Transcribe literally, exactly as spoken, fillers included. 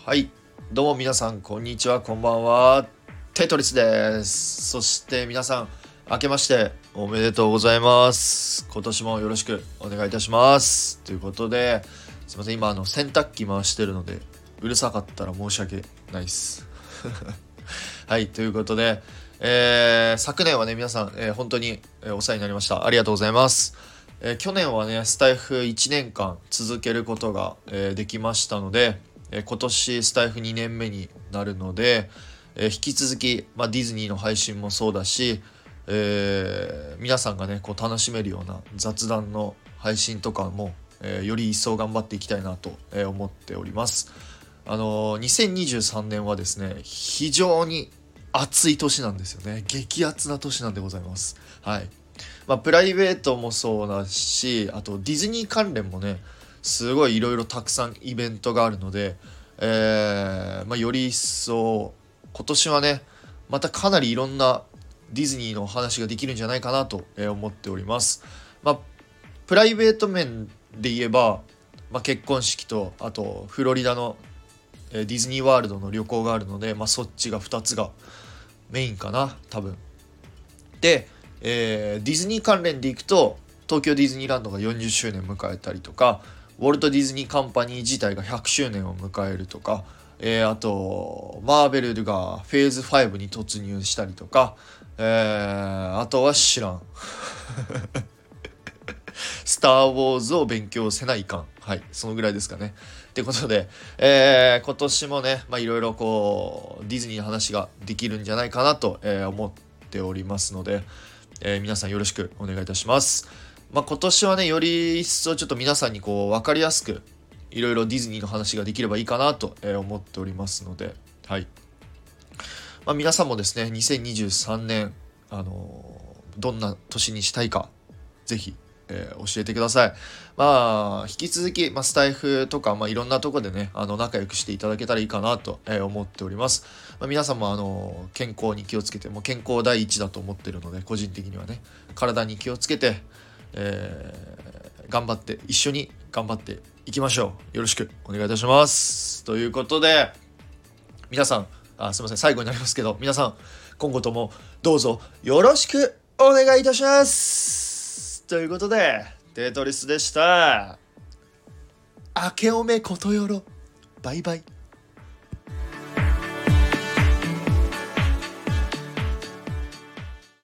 はい、どうも皆さんこんにちは、こんばんは。テトリスです。そして皆さん明けましておめでとうございます。今年もよろしくお願いいたします。ということで、すいません、今あの洗濯機回してるのでうるさかったら申し訳ないですはい、ということで、えー昨年はね皆さん、えー本当に、えーお世話になりました。ありがとうございます。えー去年はねスタイフいちねんかん続けることが、えーできましたので、えー今年スタイフにねんめになるので、えー引き続き、まあ、ディズニーの配信もそうだし、えー皆さんがねこう楽しめるような雑談の配信とかも、えーより一層頑張っていきたいなと、えー思っております。あのーにせんにじゅうさんねんはですね非常に暑い年なんですよね。激アツな年なんでございます。はい。まあプライベートもそうだし、あとディズニー関連もねすごいいろいろたくさんイベントがあるので、えーまあ、より一層今年はねまたかなりいろんなディズニーのお話ができるんじゃないかなと思っております。まあプライベート面で言えば、まあ、結婚式とあとフロリダのディズニーワールドの旅行があるので、まあ、そっちがふたつがメインかな多分。で、えーディズニー関連でいくと東京ディズニーランドがよんじゅっしゅうねん迎えたりとか、ウォルト・ディズニーカンパニー自体がひゃくしゅうねんを迎えるとか、えーあとマーベルがフェーズファイブに突入したりとか、えーあとは知らんスター・ウォーズを勉強せないかん。はい、そのぐらいですかね。ってことで、えー今年もね、まあいろいろこう、ディズニーの話ができるんじゃないかなと、えー思っておりますので、えー皆さんよろしくお願いいたします。まあ今年はね、より一層ちょっと皆さんにこう、わかりやすく、いろいろディズニーの話ができればいいかなとえー思っておりますので、はい。まあ皆さんもですね、にせんにじゅうさんねん、あのーどんな年にしたいか、ぜひ、えー教えてください。まあ、引き続き、まあ、スタイフとか、まあ、いろんなところでね、あの、仲良くしていただけたらいいかなと、えー思っております。まあ、皆さんも、あの、健康に気をつけて、もう健康第一だと思ってるので、個人的にはね、体に気をつけて、えー頑張って、一緒に頑張っていきましょう。よろしくお願いいたします。ということで、皆さん、あ、すいません、最後になりますけど、皆さん、今後ともどうぞよろしくお願いいたします。ということで、テトリスでした。明けおめことよろ。バイバイ。